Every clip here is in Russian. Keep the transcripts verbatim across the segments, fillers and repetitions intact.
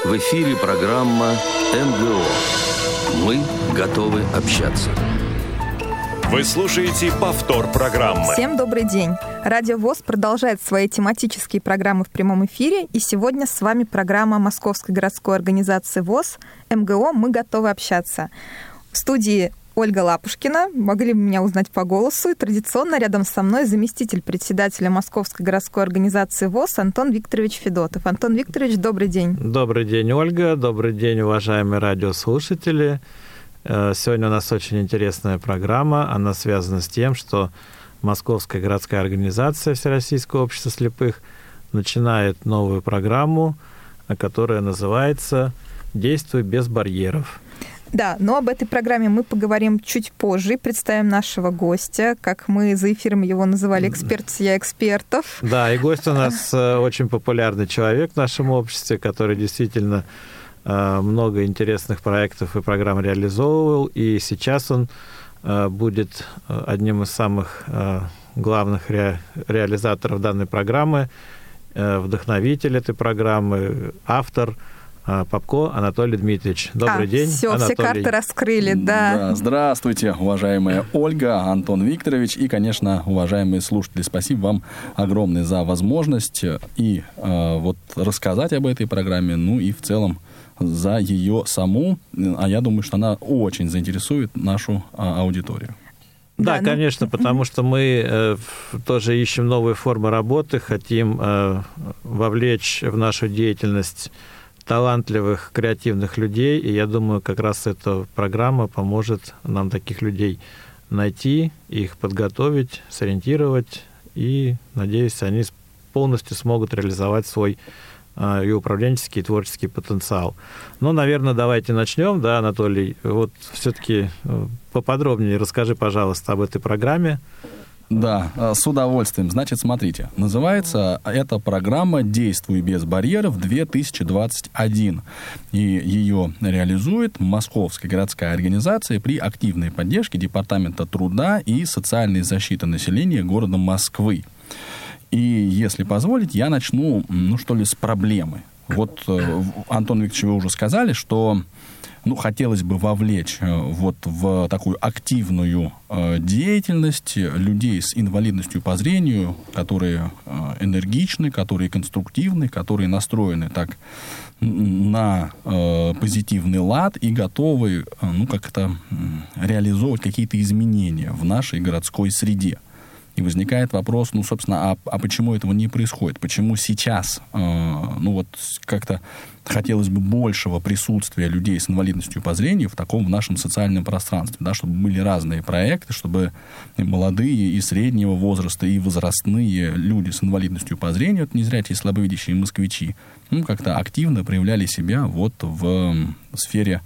В эфире программа эм гэ о. Мы готовы общаться. Вы слушаете повтор программы. Всем добрый день. Радио ВОС продолжает свои тематические программы в прямом эфире. И сегодня с вами программа Московской городской организации ВОС эм гэ о «Мы готовы общаться». В студии Ольга Лапушкина. Могли бы меня узнать по голосу. И традиционно рядом со мной заместитель председателя Московской городской организации ВОС Антон Викторович Федотов. Антон Викторович, добрый день. Добрый день, Ольга. Добрый день, уважаемые радиослушатели. Сегодня у нас очень интересная программа. Она связана с тем, что Московская городская организация Всероссийского общества слепых начинает новую программу, которая называется «Действуй без барьеров». Да, но об этой программе мы поговорим чуть позже. Представим нашего гостя, как мы за эфиром его называли, эксперт сия экспертов. Да, и гость у нас очень популярный человек в нашем обществе, который действительно много интересных проектов и программ реализовывал. И сейчас он будет одним из самых главных ре- реализаторов данной программы, вдохновитель этой программы, автор Попко Анатолий Дмитриевич. Добрый а, день, все, Анатолий. Все карты раскрыли, да. да. Здравствуйте, уважаемая Ольга, Антон Викторович и, конечно, уважаемые слушатели. Спасибо вам огромное за возможность и э, вот рассказать об этой программе, ну и в целом за ее саму. А я думаю, что она очень заинтересует нашу а, аудиторию. Да, да ну... конечно, потому что мы э, тоже ищем новые формы работы, хотим э, вовлечь в нашу деятельность талантливых, креативных людей, и я думаю, как раз эта программа поможет нам таких людей найти, их подготовить, сориентировать, и, надеюсь, они полностью смогут реализовать свой и управленческий, и творческий потенциал. Ну, наверное, давайте начнем, да, Анатолий? Вот все-таки поподробнее расскажи, пожалуйста, об этой программе. Да, с удовольствием. Значит, смотрите, называется эта программа «Действуй без барьеров две тысячи двадцать один». И ее реализует Московская городская организация при активной поддержке Департамента труда и социальной защиты населения города Москвы. И, если позволить, я начну, ну, что ли, с проблемы. Вот, Антон Викторович, вы уже сказали, что ну, хотелось бы вовлечь вот в такую активную э, деятельность людей с инвалидностью по зрению, которые э, энергичны, которые конструктивны, которые настроены так на э, позитивный лад и готовы, э, ну, как-то э, реализовывать какие-то изменения в нашей городской среде. И возникает вопрос, ну, собственно, а, а почему этого не происходит? Почему сейчас, э, ну, вот как-то хотелось бы большего присутствия людей с инвалидностью по зрению в таком в нашем социальном пространстве, да, чтобы были разные проекты, чтобы и молодые, и среднего возраста, и возрастные люди с инвалидностью по зрению, это незрячие и слабовидящие москвичи, ну, как-то активно проявляли себя вот в сфере.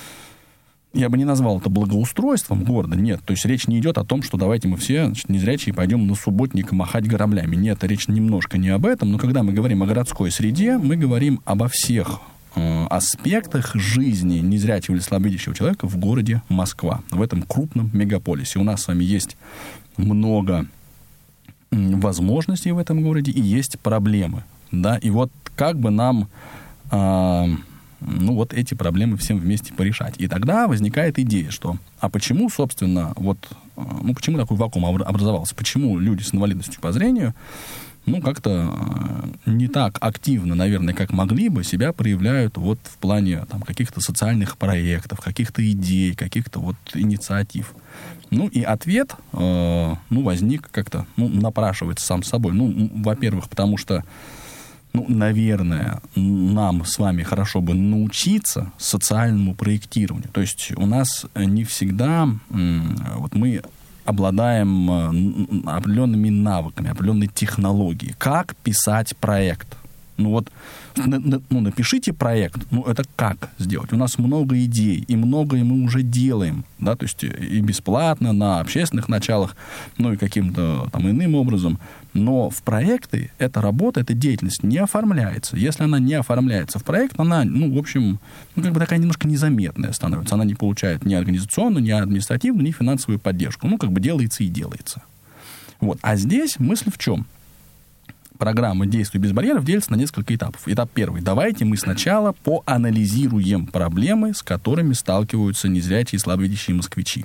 Я бы не назвал это благоустройством города, нет. То есть речь не идет о том, что давайте мы все, значит, незрячие пойдем на субботник махать граблями. Нет, речь немножко не об этом, но когда мы говорим о городской среде, мы говорим обо всех э, аспектах жизни незрячего или слабовидящего человека в городе Москва, в этом крупном мегаполисе. У нас с вами есть много возможностей в этом городе и есть проблемы, да, и вот как бы нам... Э, ну, вот эти проблемы всем вместе порешать. И тогда возникает идея, что, а почему, собственно, вот, ну, почему такой вакуум образовался? Почему люди с инвалидностью по зрению, ну, как-то не так активно, наверное, как могли бы, себя проявляют вот в плане там каких-то социальных проектов, каких-то идей, каких-то вот инициатив? Ну, и ответ, э, ну, возник как-то, ну, напрашивается сам собой. Ну, во-первых, потому что Ну, наверное, нам с вами хорошо бы научиться социальному проектированию. То есть у нас не всегда вот мы обладаем определенными навыками, определенной технологией. Как писать проект? Ну вот, ну, напишите проект, ну это как сделать? У нас много идей, и многое мы уже делаем, да, то есть и бесплатно, на общественных началах, ну и каким-то там иным образом. Но в проекты эта работа, эта деятельность не оформляется. Если она не оформляется в проект, она, ну, в общем, ну, как бы такая немножко незаметная становится. Она не получает ни организационную, ни административную, ни финансовую поддержку. Ну, как бы делается и делается. Вот. А здесь мысль в чем? программа «Действуй без барьеров» делится на несколько этапов. Этап первый. Давайте мы сначала поанализируем проблемы, с которыми сталкиваются незрячие и слабовидящие москвичи.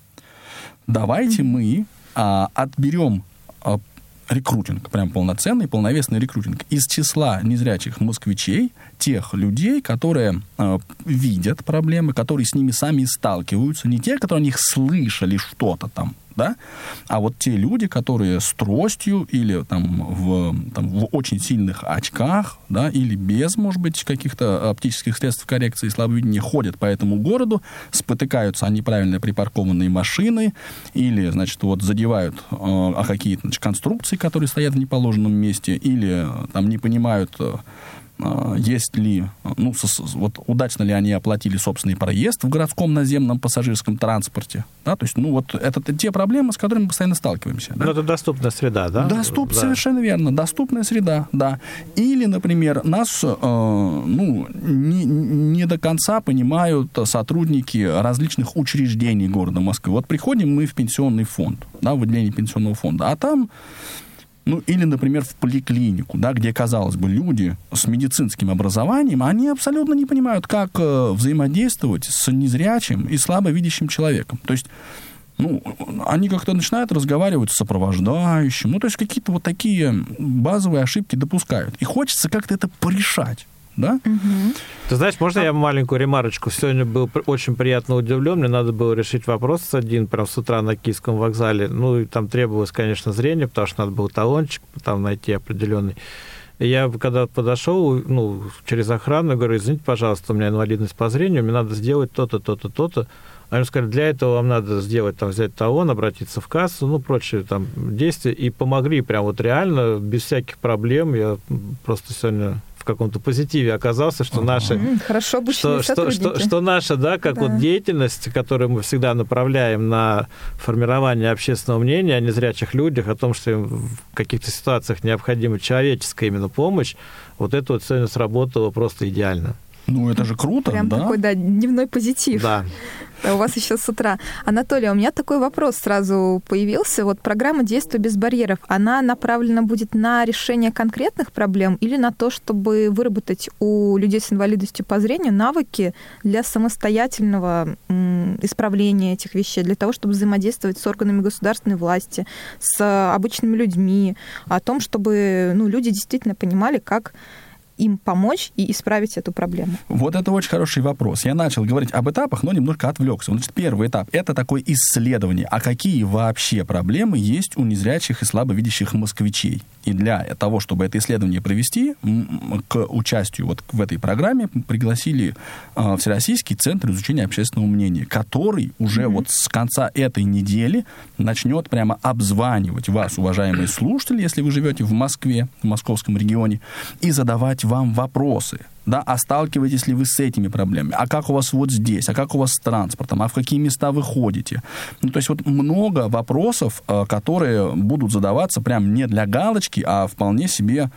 Давайте мы а, отберем а, рекрутинг, прям полноценный, полновесный рекрутинг из числа незрячих москвичей, тех людей, которые э, видят проблемы, которые с ними сами сталкиваются, не те, которые о них слышали что-то там, да, а вот те люди, которые с тростью или там в, там, в очень сильных очках, да, или без, может быть, каких-то оптических средств коррекции слабовидения ходят по этому городу, спотыкаются о неправильно припаркованные машины или, значит, вот задевают э, о какие-то, значит, конструкции, которые стоят в неположенном месте, или там не понимают, э, есть ли, ну, со, вот удачно ли они оплатили собственный проезд в городском наземном пассажирском транспорте, да, то есть, ну, вот это те проблемы, с которыми мы постоянно сталкиваемся. Да? Ну, это доступная среда, да? Доступ, да. Совершенно верно, доступная среда, да. Или, например, нас, э, ну, не, не до конца понимают сотрудники различных учреждений города Москвы. Вот приходим мы в пенсионный фонд, да, в отделение пенсионного фонда, а там... Ну, или, например, в поликлинику, да, где, казалось бы, люди с медицинским образованием, они абсолютно не понимают, как э, взаимодействовать с незрячим и слабовидящим человеком. То есть, ну, они как-то начинают разговаривать с сопровождающим, ну, то есть какие-то вот такие базовые ошибки допускают. И хочется как-то это порешать. Да? Угу. Ты знаешь, можно я маленькую ремарочку? Сегодня был очень приятно удивлен. Мне надо было решить вопрос один прям с утра на Киевском вокзале. Ну, и там требовалось, конечно, зрение, потому что надо был талончик там найти определенный. И я, когда подошел, ну, через охрану, говорю, извините, пожалуйста, у меня инвалидность по зрению, мне надо сделать то-то, то-то, то-то. Они сказали, для этого вам надо сделать, там, взять талон, обратиться в кассу, ну, прочие там действия. И помогли прям вот реально, без всяких проблем. Я просто сегодня... в каком-то позитиве оказался, что наши... Хорошо обученные что, сотрудники. Что, что, что наша, да, как да. вот деятельность, которую мы всегда направляем на формирование общественного мнения о незрячих людях, о том, что им в каких-то ситуациях необходима человеческая именно помощь, вот это вот сегодня сработало просто идеально. Ну, это же круто, Прям да? такой, да, дневной позитив. Да. Да, у вас еще с утра. Анатолий, у меня такой вопрос сразу появился. Вот программа «Действуй без барьеров», она направлена будет на решение конкретных проблем или на то, чтобы выработать у людей с инвалидностью по зрению навыки для самостоятельного м, исправления этих вещей, для того, чтобы взаимодействовать с органами государственной власти, с обычными людьми, о том, чтобы, ну, люди действительно понимали, как им помочь и исправить эту проблему? Вот это очень хороший вопрос. Я начал говорить об этапах, но немножко отвлекся. Значит, первый этап — это такое исследование, а какие вообще проблемы есть у незрячих и слабовидящих москвичей. И для того, чтобы это исследование провести, к участию вот в этой программе пригласили э, Всероссийский центр изучения общественного мнения, который уже mm-hmm. вот с конца этой недели начнет прямо обзванивать вас, уважаемые слушатели, если вы живете в Москве, в московском регионе, и задавать вам вопросы. Да, а сталкиваетесь ли вы с этими проблемами? А как у вас вот здесь? А как у вас с транспортом? А в какие места вы ходите? Ну, то есть вот много вопросов, которые будут задаваться прям не для галочки, а вполне себе,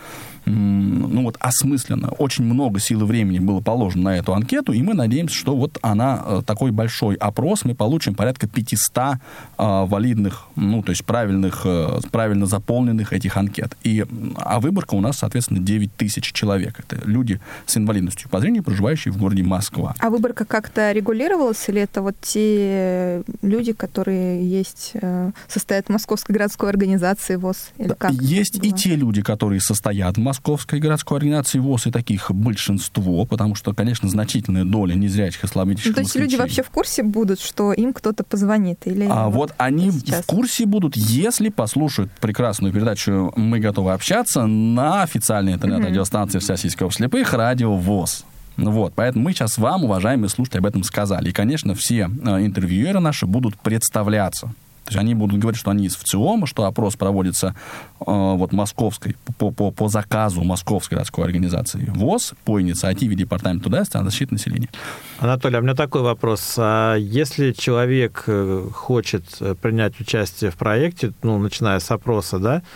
ну вот, осмысленно. Очень много сил и времени было положено на эту анкету, и мы надеемся, что вот она, такой большой опрос, мы получим порядка пятьсот валидных, ну, то есть правильных, правильно заполненных этих анкет. И, а выборка у нас, соответственно, девять тысяч человек. Это люди с инвалидностью по зрению, проживающие в городе Москва. А выборка как-то регулировалась, или это вот те люди, которые есть, состоят в Московской городской организации ВОС? Или как есть было? И те люди, которые состоят в Московской городской организации ВОС, и таких большинство, потому что, конечно, значительная доля незрячих и слабовидящих ну, то есть москвичей. люди вообще в курсе будут, что им кто-то позвонит? Или а вот, вот они сейчас? В курсе будут, если послушают прекрасную передачу «Мы готовы общаться» на официальной интернет-радиостанции Всероссийского общества слепых «Радио ВОС». Вот, поэтому мы сейчас вам, уважаемые слушатели, об этом сказали. И, конечно, все э, интервьюеры наши будут представляться. То есть они будут говорить, что они из ВЦИОМа, что опрос проводится э, вот московской, по, по, по заказу Московской городской организации ВОС по инициативе Департамента труда и социальной защиты населения. Анатолий, а у меня такой вопрос. А если человек хочет принять участие в проекте, ну, начиная с опроса, да,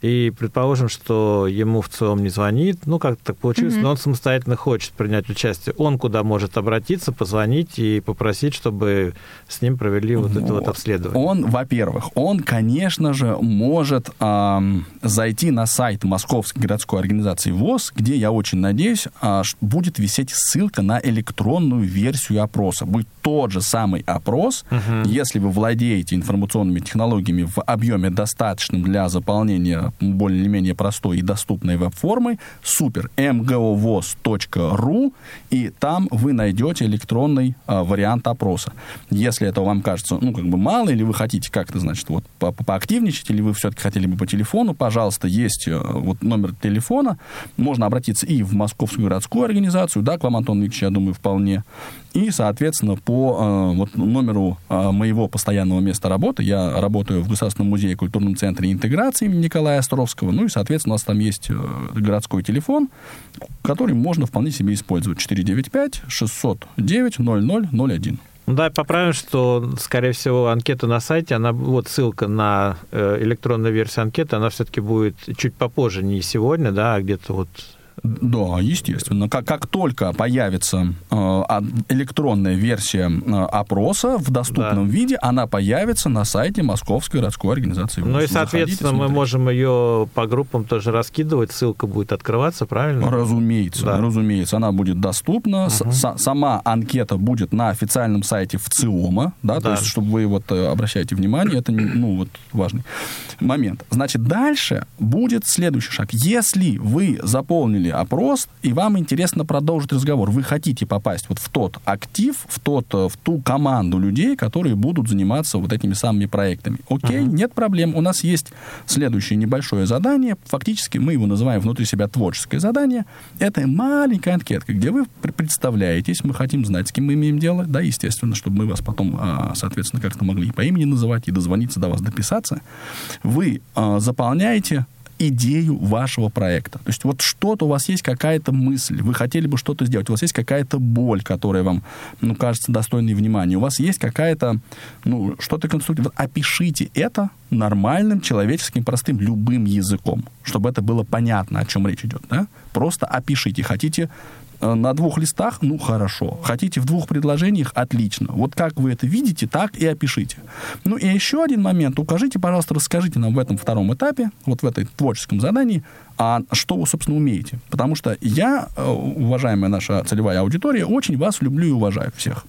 И предположим, что ему в ЦИОМ не звонит, ну, как-то так получилось, mm-hmm. но он самостоятельно хочет принять участие. Он куда может обратиться, позвонить и попросить, чтобы с ним провели вот, вот. это вот обследование? Он, во-первых, он, конечно же, может эм, зайти на сайт Московской городской организации ВОС, где, я очень надеюсь, э, будет висеть ссылка на электронную версию опроса. Будет тот же самый опрос, mm-hmm. если вы владеете информационными технологиями в объеме достаточном для заполнения более-менее простой и доступной веб-формой, супер, эм гэ о воз точка ру, и там вы найдете электронный а, вариант опроса. Если этого вам кажется, ну, как бы мало, или вы хотите как-то, значит, вот, по- поактивничать, или вы все-таки хотели бы по телефону, пожалуйста, есть вот номер телефона, можно обратиться и в Московскую городскую организацию, да, к вам, Антон Викторович, я думаю, вполне, и, соответственно, по э, вот, номеру э, моего постоянного места работы, я работаю в Государственном музее культурном центре интеграции имени Николая Островского, ну и, соответственно, у нас там есть э, городской телефон, который можно вполне себе использовать. четыре девять пять шестьсот девять ноль ноль ноль один. Ну да, поправим, что, скорее всего, анкета на сайте, она, вот ссылка на э, электронную версию анкеты, она все-таки будет чуть попозже, не сегодня, да, а где-то вот... Да, естественно. Как, как только появится э, электронная версия э, опроса в доступном да. виде, она появится на сайте Московской городской организации ВОС. Ну и, соответственно, Заходите, мы можем ее по группам тоже раскидывать, ссылка будет открываться, правильно? Разумеется, да. разумеется. Она будет доступна. Угу. С- сама анкета будет на официальном сайте ВЦИОМа, да, да. то есть, чтобы вы вот обращаете внимание, это, ну, вот важный момент. Значит, дальше будет следующий шаг. Если вы заполнили опрос, и вам интересно продолжить разговор. Вы хотите попасть вот в тот актив, в, тот, в ту команду людей, которые будут заниматься вот этими самыми проектами. Окей, uh-huh. нет проблем. У нас есть следующее небольшое задание. Фактически мы его называем внутри себя творческое задание. Это маленькая анкетка, где вы представляетесь, мы хотим знать, с кем мы имеем дело. Да, естественно, чтобы мы вас потом, соответственно, как-то могли и по имени называть, и дозвониться до вас, дописаться. Вы заполняете идею вашего проекта. То есть вот что-то у вас есть, какая-то мысль, вы хотели бы что-то сделать, у вас есть какая-то боль, которая вам, ну, кажется достойной внимания, у вас есть какая-то, ну, что-то конструктивное. Опишите это нормальным, человеческим, простым, любым языком, чтобы это было понятно, о чем речь идет, да? Просто опишите. Хотите на двух листах? Ну, хорошо. Хотите в двух предложениях? Отлично. Вот как вы это видите, так и опишите. Ну, и еще один момент. Укажите, пожалуйста, расскажите нам в этом втором этапе, вот в этой творческом задании, а что вы, собственно, умеете. Потому что я, уважаемая наша целевая аудитория, очень вас люблю и уважаю всех.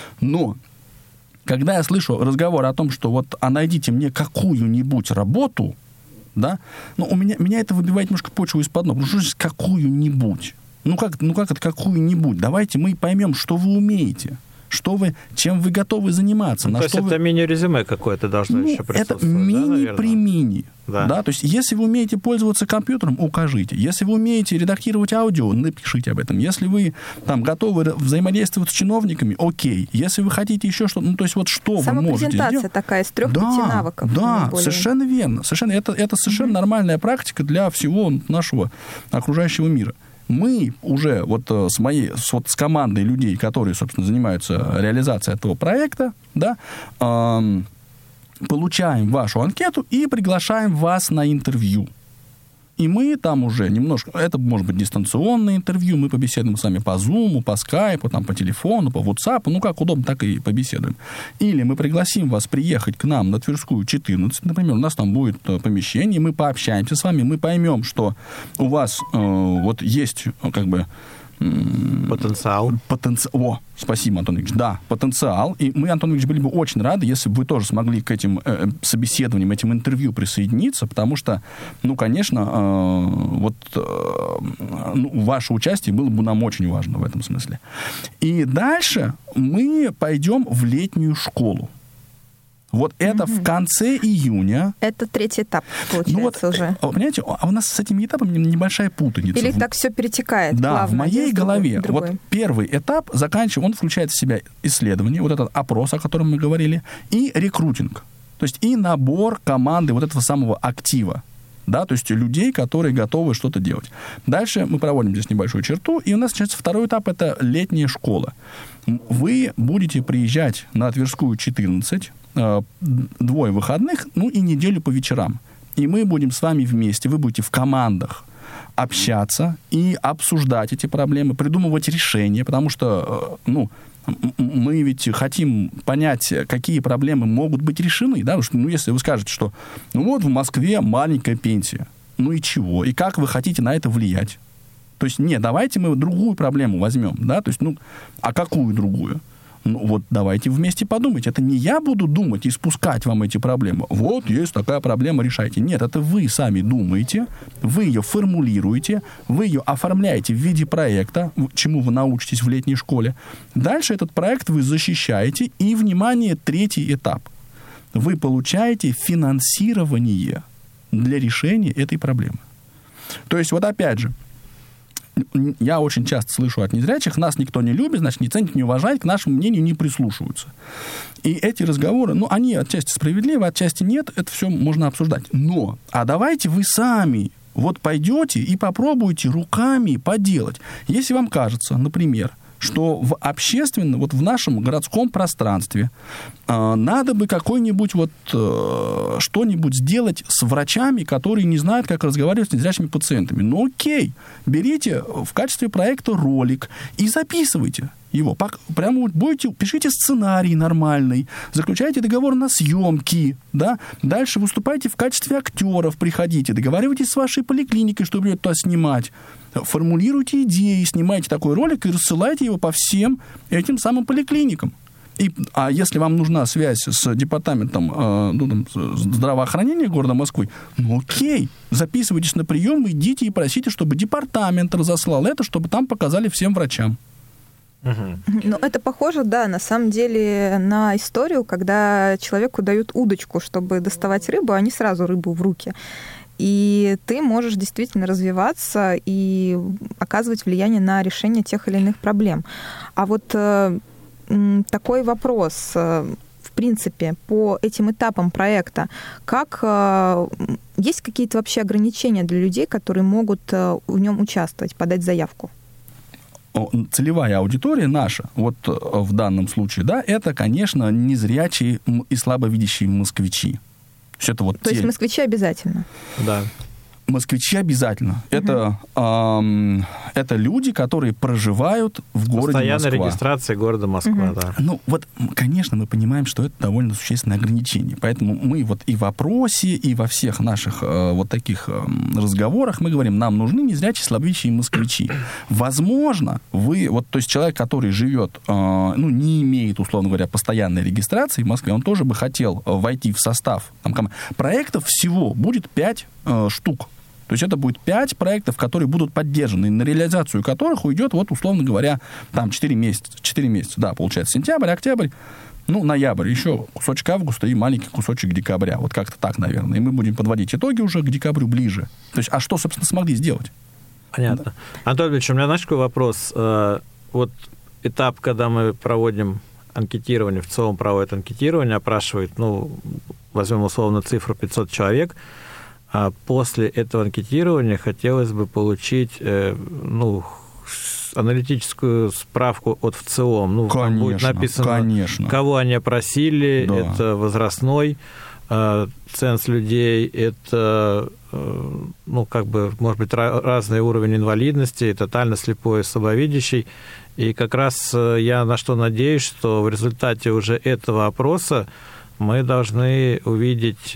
Но когда я слышу разговор о том, что вот, а найдите мне какую-нибудь работу, да, ну, у меня, меня это выбивает немножко почву из-под ног. Ну, что значит какую-нибудь? Ну как, ну как это какую-нибудь? Давайте мы поймем, что вы умеете, что вы, чем вы готовы заниматься. Ну, на то что есть вы... это мини-резюме какое-то должно ну, еще присутствовать, это мини да, при мини. Да. Да? То есть если вы умеете пользоваться компьютером, укажите. Если вы умеете редактировать аудио, напишите об этом. Если вы там готовы взаимодействовать с чиновниками, окей. Если вы хотите еще что-то, ну то есть вот что вы можете сделать. Самопрезентация такая из трех-пяти да, навыков. Да, совершенно верно. Совершенно, это, это совершенно mm-hmm. нормальная практика для всего нашего окружающего мира. Мы уже вот с моей, с, вот с командой людей, которые, собственно, занимаются реализацией этого проекта, да, эм, получаем вашу анкету и приглашаем вас на интервью. И мы там уже немножко... Это может быть дистанционное интервью, мы побеседуем с вами по Zoom, по Skype, там, по телефону, по WhatsApp, ну, как удобно, так и побеседуем. Или мы пригласим вас приехать к нам на Тверскую, четырнадцать, например, у нас там будет помещение, мы пообщаемся с вами, мы поймем, что у вас э, вот есть, как бы... Потенциал. Потенци... О, спасибо, Антон Ильич. Да, потенциал. И мы, Антон Ильич, были бы очень рады, если бы вы тоже смогли к этим э, собеседованиям, этим интервью присоединиться, потому что, ну, конечно, э, вот э, ну, ваше участие было бы нам очень важно в этом смысле. И дальше мы пойдем в летнюю школу. Вот это mm-hmm. в конце июня. Это третий этап, получается, ну вот, уже. Понимаете, а у нас с этими этапами небольшая путаница. Или так все перетекает да, плавно. В моей голове другой. Вот первый этап заканчивается, он включает в себя исследование, вот этот опрос, о котором мы говорили, и рекрутинг. То есть и набор команды вот этого самого актива. Да, то есть людей, которые готовы что-то делать. Дальше мы проводим здесь небольшую черту, и у нас начинается второй этап, это летняя школа. Вы будете приезжать на Тверскую, четырнадцать, двое выходных, ну и неделю по вечерам. И мы будем с вами вместе, вы будете в командах общаться и обсуждать эти проблемы, придумывать решения, потому что, ну, мы ведь хотим понять, какие проблемы могут быть решены, да, потому что, ну, если вы скажете, что, ну, вот в Москве маленькая пенсия, ну и чего, и как вы хотите на это влиять? То есть, нет, давайте мы другую проблему возьмем, да, то есть, ну, а какую другую? Ну, вот давайте вместе подумать. Это не я буду думать и спускать вам эти проблемы. Вот есть такая проблема, решайте. Нет, это вы сами думаете, вы ее формулируете, вы ее оформляете в виде проекта, чему вы научитесь в летней школе. Дальше этот проект вы защищаете, и, внимание, третий этап. Вы получаете финансирование для решения этой проблемы. То есть, вот опять же, я очень часто слышу от незрячих, нас никто не любит, значит, не ценит, не уважает, к нашему мнению не прислушиваются. И эти разговоры, ну, они отчасти справедливы, отчасти нет, это все можно обсуждать. Но, а давайте вы сами вот пойдете и попробуйте руками поделать. Если вам кажется, например, что в общественном, вот в нашем городском пространстве э, надо бы какой-нибудь вот э, что-нибудь сделать с врачами, которые не знают, как разговаривать с незрячими пациентами. Ну окей, берите в качестве проекта ролик и записывайте его. Прямо вот будете, пишите сценарий нормальный, заключайте договор на съемки, да, дальше выступайте в качестве актеров, приходите, договаривайтесь с вашей поликлиникой, чтобы ее туда снимать, формулируйте идеи, снимайте такой ролик и рассылайте его по всем этим самым поликлиникам. И, а если вам нужна связь с департаментом э, ну, там, здравоохранения города Москвы, ну окей, записывайтесь на прием, идите и просите, чтобы департамент разослал это, чтобы там показали всем врачам. Ну, это похоже, да, на самом деле, на историю, когда человеку дают удочку, чтобы доставать рыбу, а не сразу рыбу в руки. И ты можешь действительно развиваться и оказывать влияние на решение тех или иных проблем. А вот э, такой вопрос, э, в принципе, по этим этапам проекта. Как, э, есть какие-то вообще ограничения для людей, которые могут э, в нем участвовать, подать заявку? Целевая аудитория наша, вот в данном случае, да, это, конечно, незрячие и слабовидящие москвичи. Все это вот То те... есть москвичи обязательно? Да. Москвичи обязательно. Угу. Это, эм, это люди, которые проживают в городе Москва. Постоянная регистрация города Москва, угу. да. Ну, вот, конечно, мы понимаем, что это довольно существенное ограничение. Поэтому мы вот и в опросе, и во всех наших э, вот таких э, разговорах мы говорим, нам нужны незрячие, слабовидящие москвичи. Возможно, вы, вот, то есть человек, который живет, э, ну, не имеет, условно говоря, постоянной регистрации в Москве, он тоже бы хотел войти в состав. Там, проектов всего будет пять э, штук. То есть это будет пять проектов, которые будут поддержаны, на реализацию которых уйдет, вот, условно говоря, там четыре месяца. четыре месяца, да, получается, сентябрь, октябрь, ну, ноябрь, еще кусочек августа и маленький кусочек декабря. Вот как-то так, наверное. И мы будем подводить итоги уже к декабрю ближе. То есть, а что, собственно, смогли сделать? Понятно. Да. Антон Ильич, у меня, знаешь, какой вопрос? Вот этап, когда мы проводим анкетирование, в целом проводят анкетирование, опрашивают, ну, возьмем условно цифру пятьсот человек, а после этого анкетирования хотелось бы получить, э, ну, аналитическую справку от ВЦИОМ. Ну, конечно, там будет написано, конечно. Кого они опросили, да. Это возрастной э, ценз людей, это, э, ну, как бы, может быть, ra- разный уровень инвалидности, тотально слепой, слабовидящий. И как раз я на что надеюсь, что в результате уже этого опроса мы должны увидеть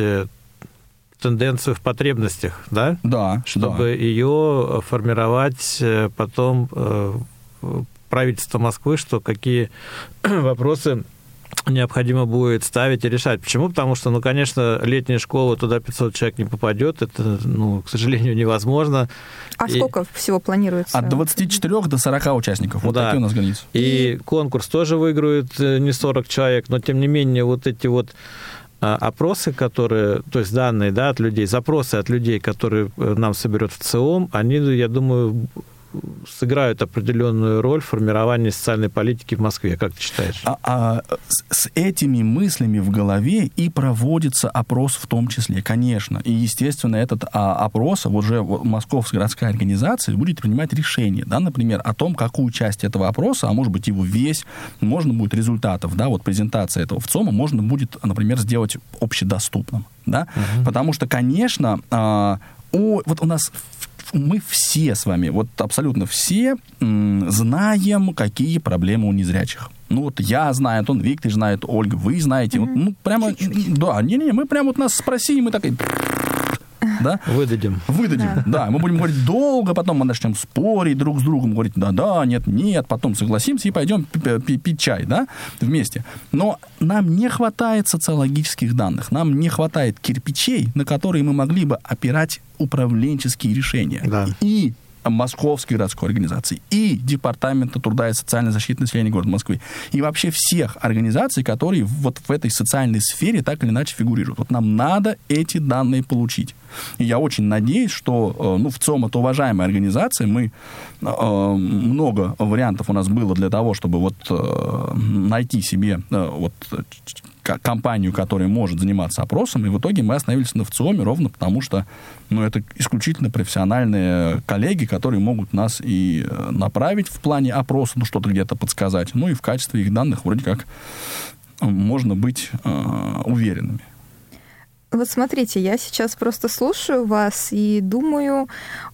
тенденцию в потребностях, да? Да. Чтобы да. ее формировать потом правительство Москвы, что какие вопросы необходимо будет ставить и решать. Почему? Потому что, ну, конечно, летняя школа, туда пятьсот человек не попадет, это, ну, к сожалению, невозможно. А и... сколько всего планируется? От двадцати четырёх до сорока участников. Вот да. Такие у нас границы. И конкурс тоже выиграет не сорок человек, но, тем не менее, вот эти вот опросы, которые, то есть данные, да, от людей, запросы от людей, которые нам соберет ВЦИОМ, они, я думаю, сыграют определенную роль в формировании социальной политики в Москве. Как ты считаешь? А, а с, с этими мыслями в голове и проводится опрос в том числе, конечно. И, естественно, этот а, опрос уже вот, Московская городская организация будет принимать решение, да, например, о том, какую часть этого опроса, а может быть его весь, можно будет результатов, да, вот презентация этого в ЦОМа можно будет, например, сделать общедоступным, да, uh-huh. потому что, конечно, а, о, вот у нас мы все с вами, вот абсолютно все м, знаем, какие проблемы у незрячих. Ну, вот я знаю, Антон Викторович знает, Ольга, вы знаете. Mm-hmm. Вот, ну, прямо, чуть-чуть. Да, не-не, мы прямо вот нас спросили, мы так и... Да? Выдадим. Выдадим, да. да. Мы будем говорить долго, потом мы начнем спорить друг с другом, говорить да-да, нет-нет, потом согласимся и пойдем пить чай, да, вместе. Но нам не хватает социологических данных, нам не хватает кирпичей, на которые мы могли бы опирать управленческие решения. Да. И Московской городской организации, и Департамента труда и социальной защиты населения города Москвы, и вообще всех организаций, которые вот в этой социальной сфере так или иначе фигурируют. Вот нам надо эти данные получить. И я очень надеюсь, что, ну, в ЦОМ это уважаемая организация, мы, э, много вариантов у нас было для того, чтобы вот э, найти себе э, вот компанию, которая может заниматься опросом, и в итоге мы остановились на ВЦИОМе ровно потому, что, ну, это исключительно профессиональные коллеги, которые могут нас и направить в плане опроса, ну, что-то где-то подсказать, ну, и в качестве их данных вроде как можно быть э, уверенными. Вот смотрите, я сейчас просто слушаю вас и думаю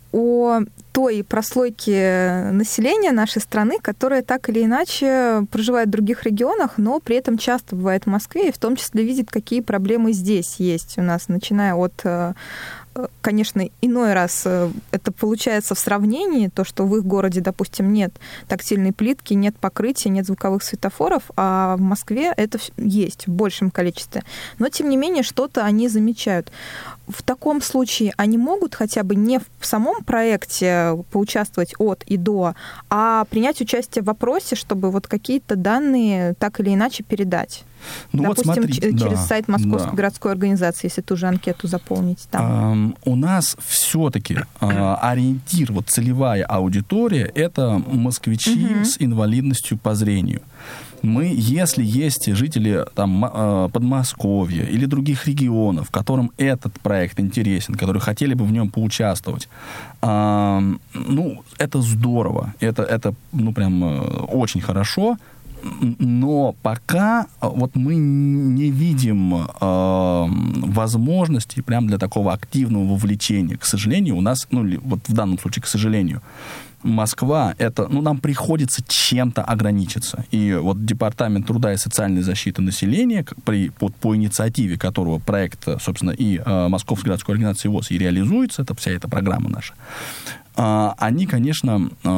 о той прослойке населения нашей страны, которая так или иначе проживает в других регионах, но при этом часто бывает в Москве и в том числе видит, какие проблемы здесь есть у нас, начиная от... Конечно, иной раз это получается в сравнении, то, что в их городе, допустим, нет тактильной плитки, нет покрытия, нет звуковых светофоров, а в Москве это есть в большем количестве. Но, тем не менее, что-то они замечают. В таком случае они могут хотя бы не в самом проекте поучаствовать от и до, а принять участие в опросе, чтобы вот какие-то данные так или иначе передать. Ну, допустим, вот смотрите, через да, сайт Московской да. городской организации, если ту же анкету заполнить. Там. А, у нас все-таки а, ориентир, вот целевая аудитория, это москвичи угу. с инвалидностью по зрению. Мы, если есть жители там, Подмосковья или других регионов, которым этот проект интересен, которые хотели бы в нем поучаствовать, а, ну, это здорово, это, это ну, прям очень хорошо. Но пока вот мы не видим э, возможности прям для такого активного вовлечения. К сожалению, у нас, ну, вот в данном случае, к сожалению, Москва, это, ну, нам приходится чем-то ограничиться. И вот Департамент труда и социальной защиты населения, при, вот, по инициативе которого проект, собственно, и э, Московской городской организации ВОС и реализуется, это вся эта программа наша, э, они, конечно, э,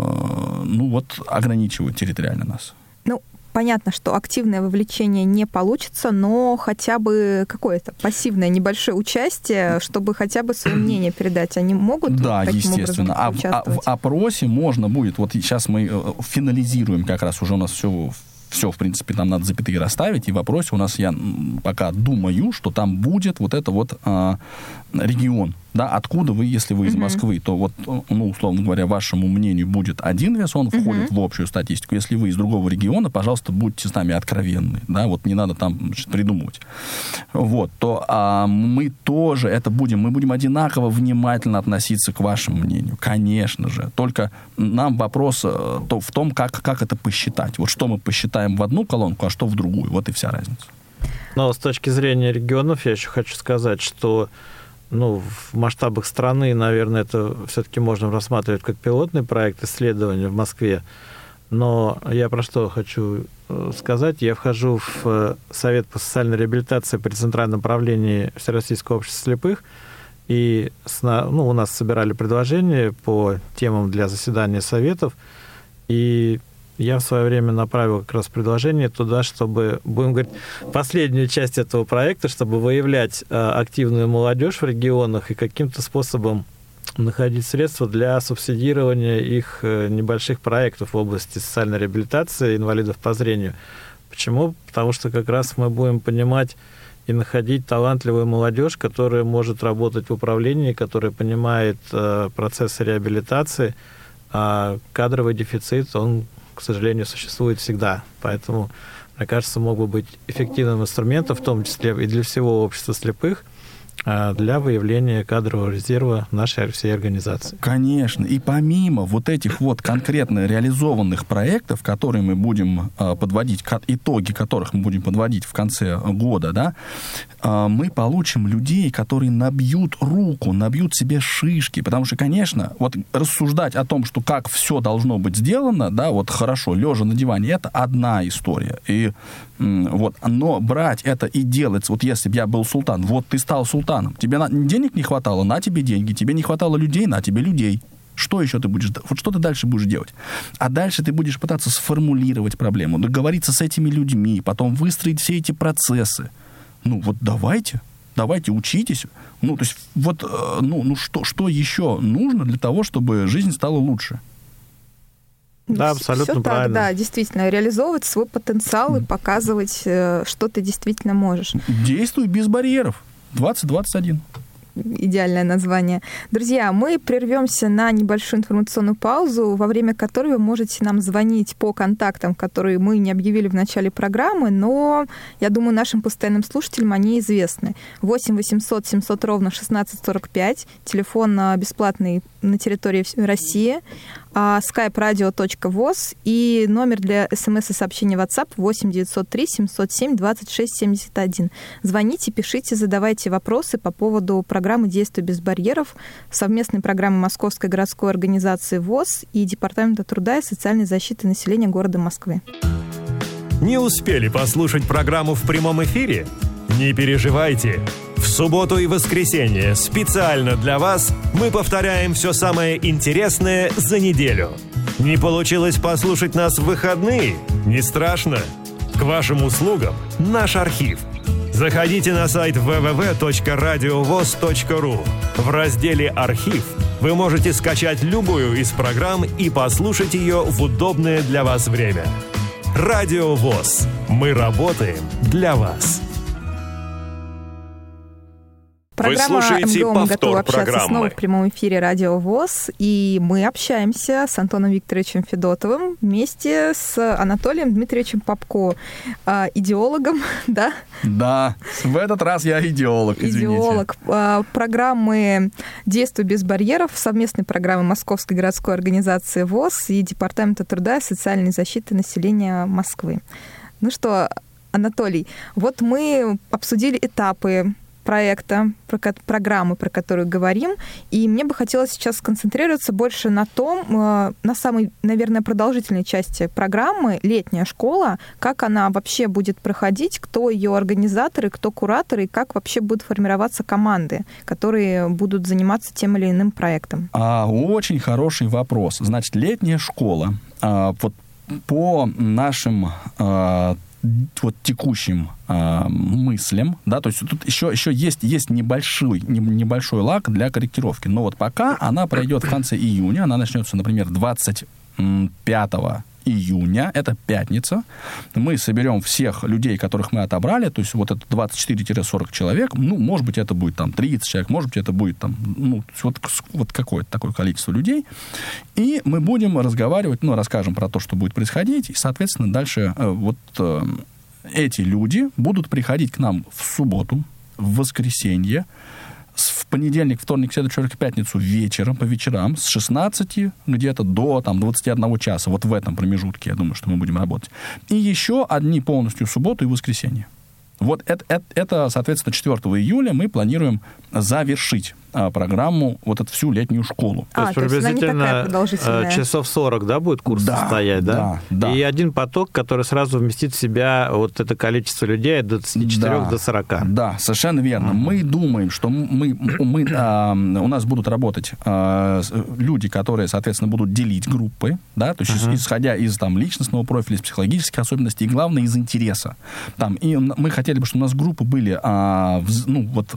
ну, вот, ограничивают территориально нас. Ну, понятно, что активное вовлечение не получится, но хотя бы какое-то пассивное небольшое участие, чтобы хотя бы свое мнение передать, они могут да, таким естественно. образом участвовать? А в, в опросе можно будет, вот сейчас мы финализируем как раз уже у нас все... Все, в принципе, там надо запятые расставить, и в вопросе у нас, я пока думаю, что там будет вот это вот а, регион, да, откуда вы, если вы из uh-huh. Москвы, то вот, ну, условно говоря, вашему мнению будет один вес, он uh-huh. входит в общую статистику. Если вы из другого региона, пожалуйста, будьте с нами откровенны, да, вот не надо там, значит, придумывать. Вот, то а, мы тоже это будем, мы будем одинаково внимательно относиться к вашему мнению, конечно же. Только нам вопрос то, в том, как, как это посчитать. Вот что мы посчитаем в одну колонку, а что в другую. Вот и вся разница. Но с точки зрения регионов я еще хочу сказать, что ну, в масштабах страны, наверное, это все-таки можно рассматривать как пилотный проект исследования в Москве. Но я про что хочу сказать. Я вхожу в Совет по социальной реабилитации при Центральном правлении Всероссийского общества слепых. И ну, у нас собирали предложения по темам для заседания советов. И я в свое время направил как раз предложение туда, чтобы, будем говорить, последнюю часть этого проекта, чтобы выявлять активную молодежь в регионах и каким-то способом находить средства для субсидирования их небольших проектов в области социальной реабилитации инвалидов по зрению. Почему? Потому что как раз мы будем понимать и находить талантливую молодежь, которая может работать в управлении, которая понимает процессы реабилитации, а кадровый дефицит, он, к сожалению, существует всегда. Поэтому, мне кажется, мог бы быть эффективным инструментом, в том числе и для всего общества слепых, для выявления кадрового резерва нашей всей организации. Конечно. И помимо вот этих вот конкретно реализованных проектов, которые мы будем подводить, итоги которых мы будем подводить в конце года, да, мы получим людей, которые набьют руку, набьют себе шишки. Потому что, конечно, вот рассуждать о том, что как все должно быть сделано, да, вот хорошо, лежа на диване, это одна история. И вот, но брать это и делать, вот если бы я был султан, вот ты стал султаном, тебе на, денег не хватало, на тебе деньги, тебе не хватало людей, на тебе людей. Что еще ты будешь, вот что ты дальше будешь делать? А дальше ты будешь пытаться сформулировать проблему, договориться с этими людьми, потом выстроить все эти процессы. Ну вот давайте, давайте учитесь. Ну то есть вот, ну, ну что, что еще нужно для того, чтобы жизнь стала лучше? Да, абсолютно Всё правильно. Так, да, действительно, реализовывать свой потенциал и показывать, что ты действительно можешь. Действуй без барьеров. двадцать двадцать один. Идеальное название. Друзья, мы прервемся на небольшую информационную паузу, во время которой вы можете нам звонить по контактам, которые мы не объявили в начале программы, но, я думаю, нашим постоянным слушателям они известны. восемь восемьсот семьсот ровно шестнадцать сорок пять, телефон бесплатный на территории России, skype radio точка voz и номер для смс и сообщений WhatsApp восемь девятьсот три семьсот семь двадцать шесть семьдесят один. Звоните, пишите, задавайте вопросы по поводу программы «Действуй без барьеров», совместной программы Московской городской организации ВОС и Департамента труда и социальной защиты населения города Москвы. Не успели послушать программу в прямом эфире? Не переживайте. В субботу и воскресенье специально для вас мы повторяем все самое интересное за неделю. Не получилось послушать нас в выходные? Не страшно. К вашим услугам наш архив. Заходите на сайт дабл ю дабл ю дабл ю точка радиовос точка ру. В разделе «Архив» вы можете скачать любую из программ и послушать ее в удобное для вас время. Радио ВОС. Мы работаем для вас. Программа Вы слушаете МГО «Мы готовы повтор общаться» программы. снова в прямом эфире Радио ВОС, и мы общаемся с Антоном Викторовичем Федотовым вместе с Анатолием Дмитриевичем Попко, идеологом, да? Да, в этот раз я идеолог, извините. Идеолог программы «Действуй без барьеров», совместной программы Московской городской организации ВОС и Департамента труда и социальной защиты населения Москвы. Ну что, Анатолий, вот мы обсудили этапы проекта, про, программы, про которую говорим, и мне бы хотелось сейчас сконцентрироваться больше на том, на самой, наверное, продолжительной части программы «Летняя школа», как она вообще будет проходить, кто ее организаторы, кто кураторы, и как вообще будут формироваться команды, которые будут заниматься тем или иным проектом. А, очень хороший вопрос. Значит, «Летняя школа», а, вот по нашим а, вот текущим э, мыслям, да, то есть тут еще, еще есть, есть небольшой, небольшой лак для корректировки, но вот пока она пройдет в конце июня, она начнется, например, двадцать пятого июня, это пятница, мы соберем всех людей, которых мы отобрали, то есть вот это двадцать четыре - сорок человек, ну, может быть, это будет там тридцать человек, может быть, это будет там, ну, вот, вот какое-то такое количество людей, и мы будем разговаривать, ну, расскажем про то, что будет происходить, и, соответственно, дальше э, вот э, эти люди будут приходить к нам в субботу, в воскресенье, в понедельник, вторник, среду, четверг, пятницу вечером, по вечерам, с шестнадцати где-то до там, двадцати одного часа. Вот в этом промежутке, я думаю, что мы будем работать. И еще одни полностью субботу и воскресенье. Вот это, это, это, соответственно, четвёртого июля мы планируем завершить а, программу, вот эту всю летнюю школу. А, то есть приблизительно то есть часов сорок, да, будет курс да, состоять, да? Да, да. И один поток, который сразу вместит в себя вот это количество людей от двадцати четырёх да, до сорока. Да, совершенно верно. Uh-huh. Мы думаем, что мы, мы, а, у нас будут работать а, люди, которые, соответственно, будут делить группы, да, то есть uh-huh. исходя из там, личностного профиля, из психологических особенностей, и главное, из интереса. Там, и мы хотели бы, чтобы у нас группы были, а, в, ну, вот...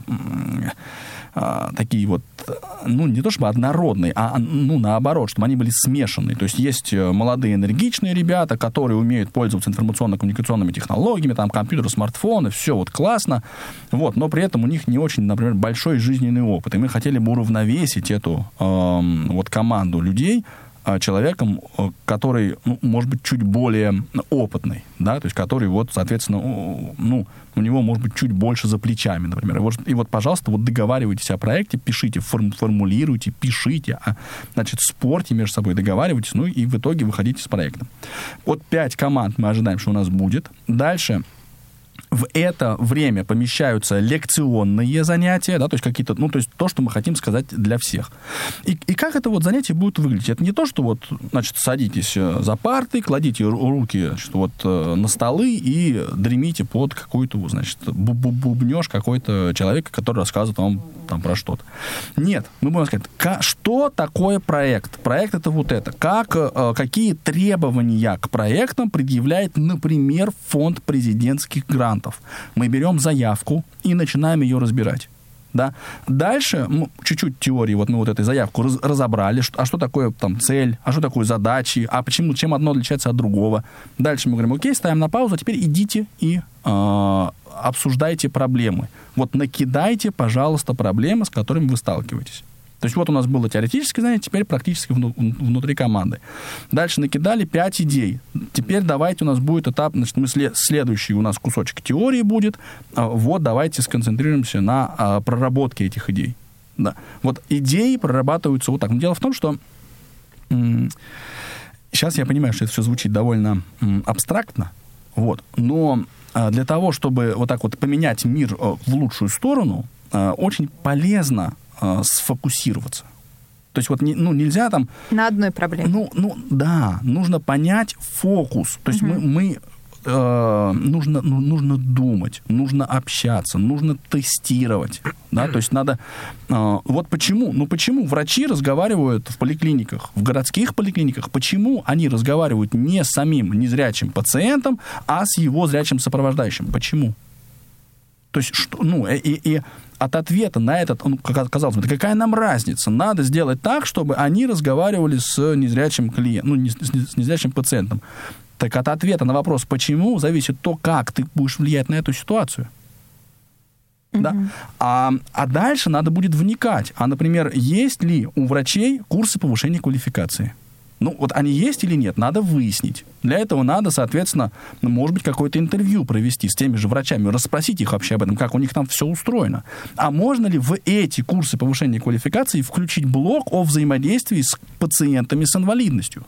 такие вот, ну, не то чтобы однородные, а, ну, наоборот, чтобы они были смешанные. То есть есть молодые энергичные ребята, которые умеют пользоваться информационно-коммуникационными технологиями, там, компьютеры, смартфоны, все вот классно, вот, но при этом у них не очень, например, большой жизненный опыт. И мы хотели бы уравновесить эту э, вот команду людей человеком, который, ну, может быть, чуть более опытный, да, то есть который, вот, соответственно, ну, у него, может быть, чуть больше за плечами, например. И вот, и вот пожалуйста, вот договаривайтесь о проекте, пишите, форм, формулируйте, пишите, а, значит, спорьте между собой, договаривайтесь, ну, и в итоге выходите с проектом. Вот пять команд мы ожидаем, что у нас будет. Дальше в это время помещаются лекционные занятия, да, то есть какие-то, ну, то есть то, что мы хотим сказать для всех. И, и как это вот занятие будет выглядеть? Это не то, что вот, значит, садитесь за парты, кладите руки, значит, вот на столы и дремите под какую-то, значит, бубнёж какой-то человека, который рассказывает вам там про что-то. Нет, мы будем сказать, что такое проект? Проект — это вот это. Как, какие требования к проектам предъявляет, например, фонд президентских грантов? Мы берем заявку и начинаем ее разбирать. Да? Дальше ну, чуть-чуть теории, вот мы вот эту заявку раз, разобрали, что, а что такое там цель, а что такое задачи, а почему, чем одно отличается от другого. Дальше мы говорим, окей, ставим на паузу, а теперь идите и э, обсуждайте проблемы. Вот накидайте, пожалуйста, проблемы, с которыми вы сталкиваетесь. То есть вот у нас было теоретическое знание, теперь практически внутри команды. Дальше накидали пять идей. Теперь давайте у нас будет этап, значит, мы след, следующий у нас кусочек теории будет. Вот давайте сконцентрируемся на проработке этих идей. Да. Вот идеи прорабатываются вот так. Но дело в том, что м- сейчас я понимаю, что это все звучит довольно м- абстрактно, вот, но а, для того, чтобы вот так вот поменять мир а, в лучшую сторону, а, очень полезно сфокусироваться. То есть вот не, ну, нельзя там... На одной проблеме. Ну, ну да, нужно понять фокус. То есть угу. мы, мы э, нужно, ну, нужно думать, нужно общаться, нужно тестировать. Да? То есть надо... Э, вот почему? Ну почему врачи разговаривают в поликлиниках, в городских поликлиниках? Почему они разговаривают не с самим незрячим пациентом, а с его зрячим сопровождающим? Почему? То есть, что, ну, и, и от ответа на этот, ну, казалось бы, да какая нам разница? Надо сделать так, чтобы они разговаривали с незрячим клиентом, ну, не, с незрячим пациентом. Так от ответа на вопрос «почему» зависит то, как ты будешь влиять на эту ситуацию. Mm-hmm. Да? А, а дальше надо будет вникать. А, например, есть ли у врачей курсы повышения квалификации? Ну, вот они есть или нет, надо выяснить. Для этого надо, соответственно, ну, может быть, какое-то интервью провести с теми же врачами, расспросить их вообще об этом, как у них там все устроено. А можно ли в эти курсы повышения квалификации включить блок о взаимодействии с пациентами с инвалидностью?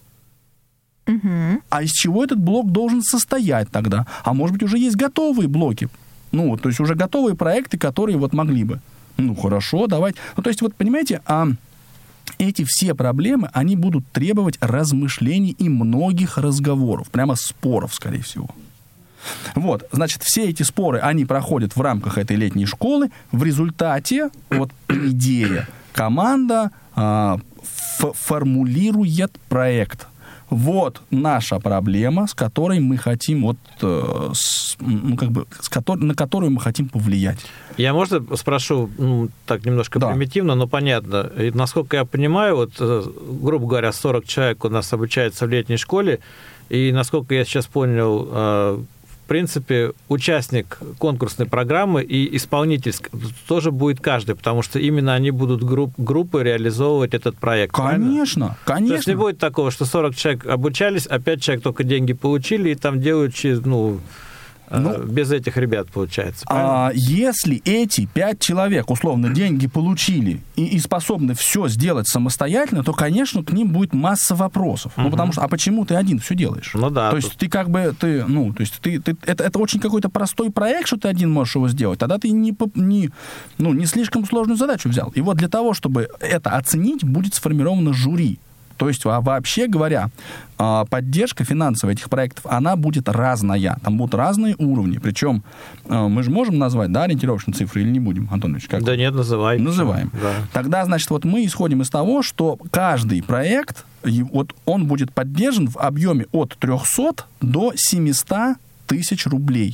Угу. А из чего этот блок должен состоять тогда? А может быть, уже есть готовые блоки? Ну, то есть уже готовые проекты, которые вот могли бы. Ну, хорошо, давайте. Ну, то есть, вот, понимаете, а... эти все проблемы, они будут требовать размышлений и многих разговоров, прямо споров, скорее всего. Вот, значит, все эти споры, они проходят в рамках этой летней школы. В результате, вот, идея, команда а, ф- формулирует проект. Вот наша проблема, с которой мы хотим, вот, э, с, ну, как бы, с которой, на которую мы хотим повлиять. Я, можно, спрошу, ну, так немножко да. примитивно, но понятно. И, насколько я понимаю, вот, грубо говоря, сорок человек у нас обучается в летней школе, и, насколько я сейчас понял, э, в принципе, участник конкурсной программы и исполнитель тоже будет каждый, потому что именно они будут групп, группы реализовывать этот проект. Конечно, правильно? Конечно. То есть не будет такого, что сорок человек обучались, а пять человек только деньги получили, и там делают через, ну, ну, без этих ребят, получается. А если эти пять человек, условно, деньги получили и, и способны все сделать самостоятельно, то, конечно, к ним будет масса вопросов. Угу. Ну, потому что, а почему ты один все делаешь? Ну да. То есть тут... ты как бы, ты, ну, то есть ты, ты, это, это очень какой-то простой проект, что ты один можешь его сделать, тогда ты не, не, ну, не слишком сложную задачу взял. И вот для того, чтобы это оценить, будет сформировано жюри. То есть, вообще говоря, поддержка финансовая этих проектов, она будет разная. Там будут разные уровни. Причем мы же можем назвать, да, ориентировочные цифры или не будем, Антон Ильич? Как? Да нет, называй. Называем. Да. Тогда, значит, вот мы исходим из того, что каждый проект, вот он будет поддержан в объеме от трехсот до семисот тысяч рублей.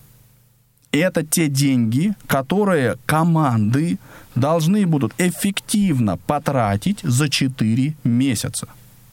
Это те деньги, которые команды должны будут эффективно потратить за четыре месяца.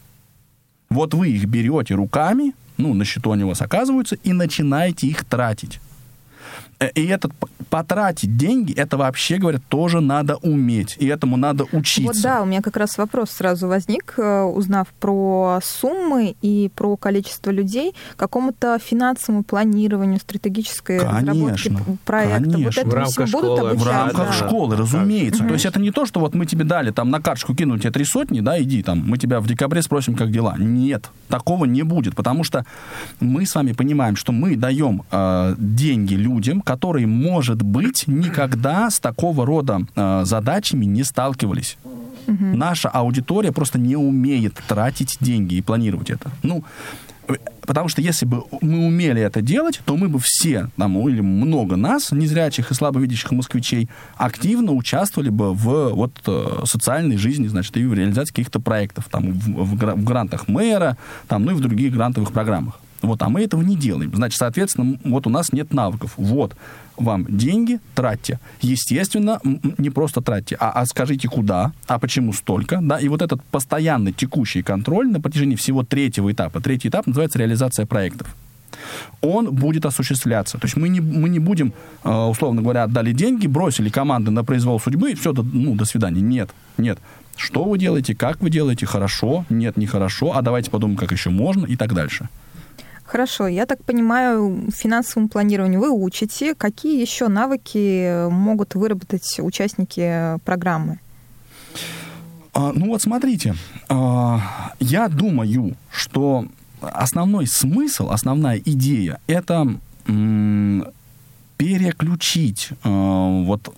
Вот вы их берете руками, ну, на счету они у вас оказываются, и начинаете их тратить. И этот потратить деньги, это вообще, говорят, тоже надо уметь, и этому надо учиться. Вот да, у меня как раз вопрос сразу возник, узнав про суммы и про количество людей, к какому-то финансовому планированию, стратегической разработке проекта. Конечно. Вот этому всему будут обучаться. В рамках да. школы, разумеется. Угу. То есть это не то, что вот мы тебе дали, там, на карточку кинули тебе три сотни, да, иди, там, мы тебя в декабре спросим, как дела. Нет, такого не будет, потому что мы с вами понимаем, что мы даем э, деньги людям, которые, может быть, никогда с такого рода э, задачами не сталкивались. Угу. Наша аудитория просто не умеет тратить деньги и планировать это. Ну, потому что если бы мы умели это делать, то мы бы все, там, или много нас, незрячих и слабовидящих москвичей, активно участвовали бы в вот, социальной жизни, значит, и в реализации каких-то проектов, там, в, в грантах мэра, там, ну и в других грантовых программах. Вот, а мы этого не делаем. Значит, соответственно, вот у нас нет навыков. Вот вам деньги, тратьте. Естественно, не просто тратьте, а, а скажите, куда, а почему столько, да, и вот этот постоянный текущий контроль на протяжении всего третьего этапа. Третий этап называется реализация проектов. Он будет осуществляться. То есть мы не, мы не будем, условно говоря, отдали деньги, бросили команды на произвол судьбы, и все, ну, до свидания. Нет, нет. Что вы делаете, как вы делаете, хорошо, нет, нехорошо, а давайте подумаем, как еще можно, и так дальше. Хорошо, я так понимаю, финансовому планированию вы учите. Какие еще навыки могут выработать участники программы? А, ну вот смотрите, а, я думаю, что основной смысл, основная идея — это м, переключить а, вот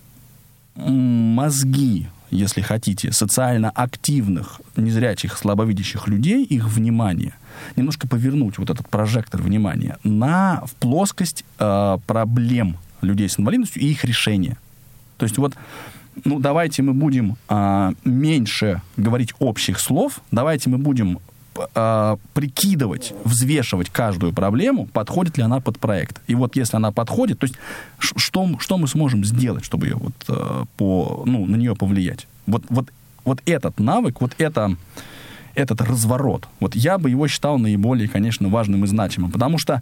мозги, если хотите, социально активных, незрячих, слабовидящих людей, их внимание, немножко повернуть вот этот прожектор внимания на, в плоскость э, проблем людей с инвалидностью и их решения. То есть вот, ну, давайте мы будем э, меньше говорить общих слов, давайте мы будем э, прикидывать, взвешивать каждую проблему, подходит ли она под проект. И вот если она подходит, то есть что, что мы сможем сделать, чтобы ее вот, э, по, ну, на нее повлиять. Вот, вот, вот этот навык, вот это... этот разворот, вот я бы его считал наиболее, конечно, важным и значимым, потому что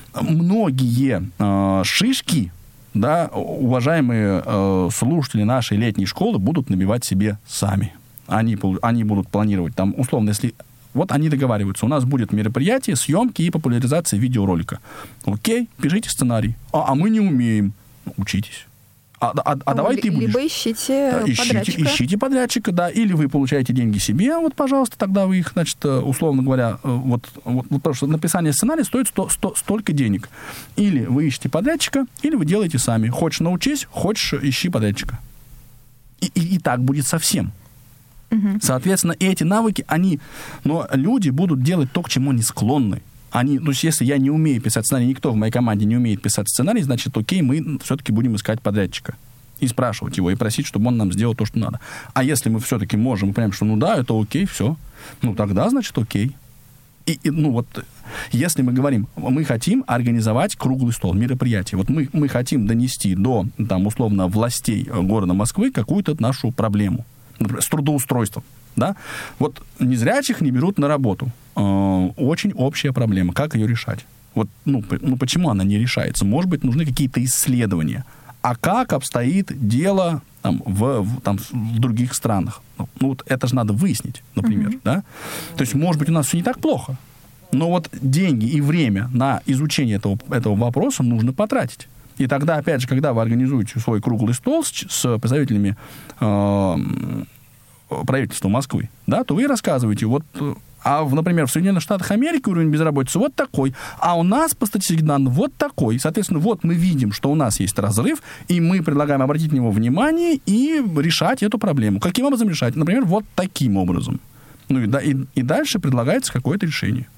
многие э, шишки, да, уважаемые э, слушатели нашей летней школы будут набивать себе сами. Они, они будут планировать там, условно, если... Вот они договариваются, у нас будет мероприятие, съемки и популяризация видеоролика. Окей, пишите сценарий. А, а мы не умеем. Учитесь. А, а, а давай ты будешь. Либо ищите да, подрядчика. Ищите, ищите подрядчика, да, или вы получаете деньги себе, вот, пожалуйста, тогда вы их, значит, условно говоря, вот, вот потому что написание сценария стоит сто, сто, столько денег. Или вы ищете подрядчика, или вы делаете сами. Хочешь научись, хочешь ищи подрядчика. И, и, и так будет со всем. Угу. Соответственно, эти навыки, они, но люди будут делать то, к чему они склонны. Они, ну, если я не умею писать сценарий, никто в моей команде не умеет писать сценарий, значит, окей, мы все-таки будем искать подрядчика. И спрашивать его, и просить, чтобы он нам сделал то, что надо. А если мы все-таки можем, прям, что ну да, это окей, все, ну тогда, значит, окей. И, и, ну вот, если мы говорим, мы хотим организовать круглый стол, мероприятие, вот мы, мы хотим донести до, там, условно, властей города Москвы какую-то нашу проблему, например, с трудоустройством. Да? Вот незрячих не берут на работу. Э, очень общая проблема. Как ее решать? Вот, ну, ну, почему она не решается? Может быть, нужны какие-то исследования. А как обстоит дело там, в, в, там, в других странах? Ну, вот это же надо выяснить, например. Mm-hmm. Да? То есть, может быть, у нас все не так плохо. Но вот деньги и время на изучение этого, этого вопроса нужно потратить. И тогда, опять же, когда вы организуете свой круглый стол с, с представителями э, правительства Москвы, да, то вы рассказываете, вот, а, в, например, в Соединенных Штатах Америки уровень безработицы вот такой, а у нас по статистике данных вот такой. Соответственно, вот мы видим, что у нас есть разрыв, и мы предлагаем обратить на него внимание и решать эту проблему. Каким образом решать? Например, вот таким образом. Ну и, да, и, и дальше предлагается какое-то решение.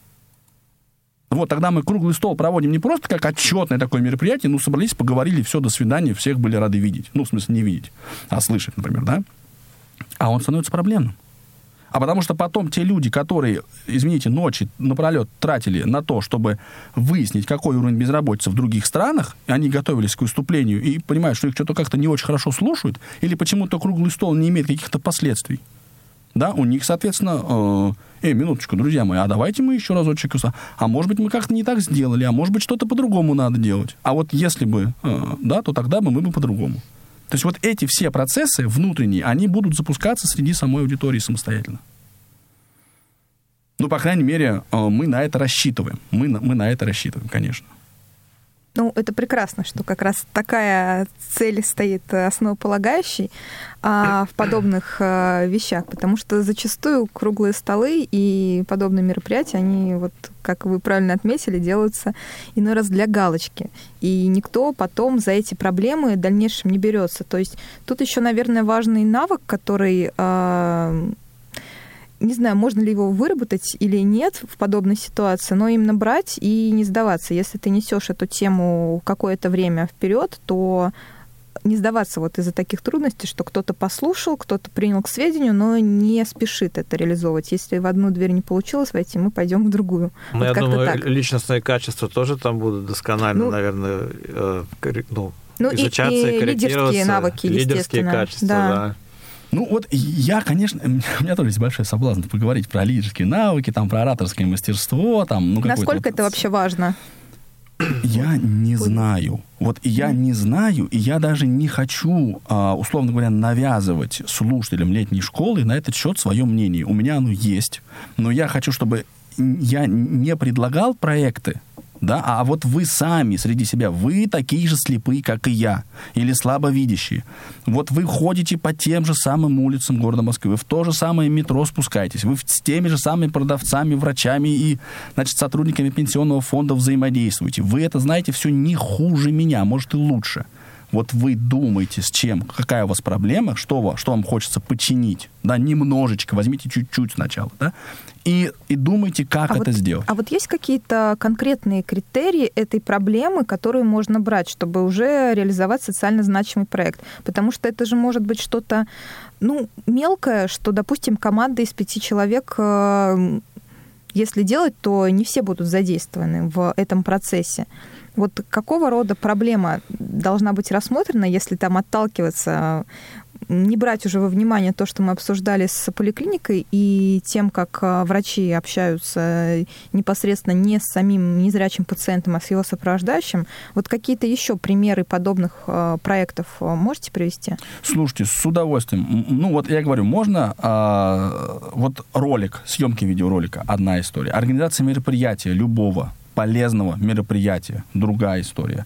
Вот тогда мы круглый стол проводим не просто как отчетное такое мероприятие, ну, собрались, поговорили, все, до свидания, всех были рады видеть. Ну, в смысле, не видеть, а слышать, например, да? А он становится проблемным. А потому что потом те люди, которые, извините, ночи напролет тратили на то, чтобы выяснить, какой уровень безработицы в других странах, и они готовились к выступлению и понимают, что их что-то как-то не очень хорошо слушают, или почему-то круглый стол не имеет каких-то последствий. Да, у них, соответственно, э, э, минуточку, друзья мои, а давайте мы еще разочек, а может быть, мы как-то не так сделали, а может быть, что-то по-другому надо делать. А вот если бы, э, да, то тогда бы мы бы по-другому. То есть вот эти все процессы внутренние, они будут запускаться среди самой аудитории самостоятельно. Ну, по крайней мере, э, мы на это рассчитываем. Мы на, мы на это рассчитываем, конечно. Ну, это прекрасно, что как раз такая цель стоит основополагающей а, в подобных а, вещах, потому что зачастую круглые столы и подобные мероприятия, они, вот, как вы правильно отметили, делаются иной раз для галочки, и никто потом за эти проблемы в дальнейшем не берется. То есть тут еще, наверное, важный навык, который... А, не знаю, можно ли его выработать или нет в подобной ситуации, но именно брать и не сдаваться. Если ты несешь эту тему какое-то время вперед, то не сдаваться вот из-за таких трудностей, что кто-то послушал, кто-то принял к сведению, но не спешит это реализовывать. Если в одну дверь не получилось войти, мы пойдем в другую. Ну, вот я думаю, так. Личностные качества тоже там будут досконально, ну, наверное, э, ну, ну, изучаться и, и, и корректироваться. лидерские навыки, лидерские естественно. качества, да. да. Ну вот я, конечно, у меня тоже есть большой соблазн поговорить про лидерские навыки, там, про ораторское мастерство. Там, ну, насколько вот... это вообще важно? Я не знаю. Вот я не знаю, и я даже не хочу, условно говоря, навязывать слушателям летней школы на этот счет свое мнение. У меня оно есть, но я хочу, чтобы я не предлагал проекты, да, а вот вы сами среди себя, вы такие же слепые, как и я, или слабовидящие. Вот вы ходите по тем же самым улицам города Москвы, вы в то же самое метро спускаетесь, вы с теми же самыми продавцами, врачами и, значит, сотрудниками пенсионного фонда взаимодействуете. Вы это знаете все не хуже меня, может и лучше. Вот вы думаете, с чем, какая у вас проблема, что, что вам хочется починить, да, немножечко, возьмите чуть-чуть сначала, да, и, и думайте, как а это вот, сделать. А вот есть какие-то конкретные критерии этой проблемы, которые можно брать, чтобы уже реализовать социально значимый проект? Потому что это же может быть что-то, ну, мелкое, что, допустим, команда из пяти человек, если делать, то не все будут задействованы в этом процессе. Вот какого рода проблема должна быть рассмотрена, если там отталкиваться, не брать уже во внимание то, что мы обсуждали с поликлиникой и тем, как врачи общаются непосредственно не с самим незрячим пациентом, а с его сопровождающим. Вот какие-то еще примеры подобных проектов можете привести? Слушайте, с удовольствием. Ну вот я говорю, можно а, вот ролик, съемки видеоролика, одна история. Организация мероприятия любого полезного мероприятия, другая история.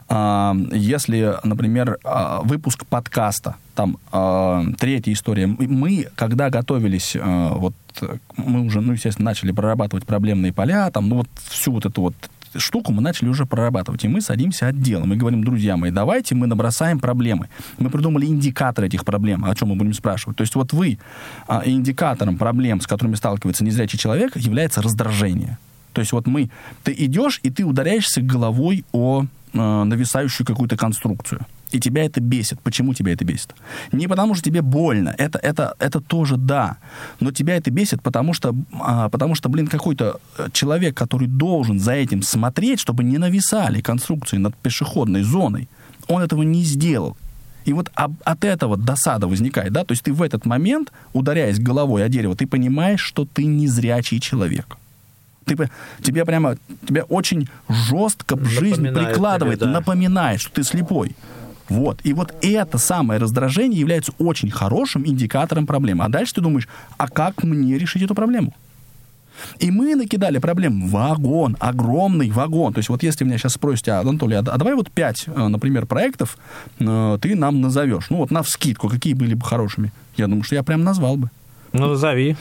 Если, например, выпуск подкаста, там третья история. Мы, когда готовились, вот мы уже, ну, естественно, начали прорабатывать проблемные поля, там, ну, вот всю вот эту вот штуку мы начали уже прорабатывать. И мы садимся отделом и говорим, друзья мои, давайте мы набросаем проблемы. Мы придумали индикаторы этих проблем, о чем мы будем спрашивать. То есть вот вы, индикатором проблем, с которыми сталкивается незрячий человек, является раздражение. То есть вот мы, ты идешь, и ты ударяешься головой о э, нависающую какую-то конструкцию. И тебя это бесит. Почему тебя это бесит? Не потому, что тебе больно. Это, это, это тоже да. Но тебя это бесит, потому что, а, потому что, блин, какой-то человек, который должен за этим смотреть, чтобы не нависали конструкции над пешеходной зоной, он этого не сделал. И вот об, от этого досада возникает, да? То есть ты в этот момент, ударяясь головой о дерево, ты понимаешь, что ты незрячий человек. Ты, тебе прямо, тебя очень жестко жизнь напоминает прикладывает, тебе, да. напоминает, что ты слепой. Вот. И вот это самое раздражение является очень хорошим индикатором проблемы. А дальше ты думаешь, а как мне решить эту проблему? И мы накидали проблем вагон, огромный вагон. То есть вот если меня сейчас спросите, а, Анатолий, а давай вот пять, например, проектов ты нам назовешь. Ну вот навскидку, какие были бы хорошими. Я думаю, что я прям назвал бы. Ну, назови.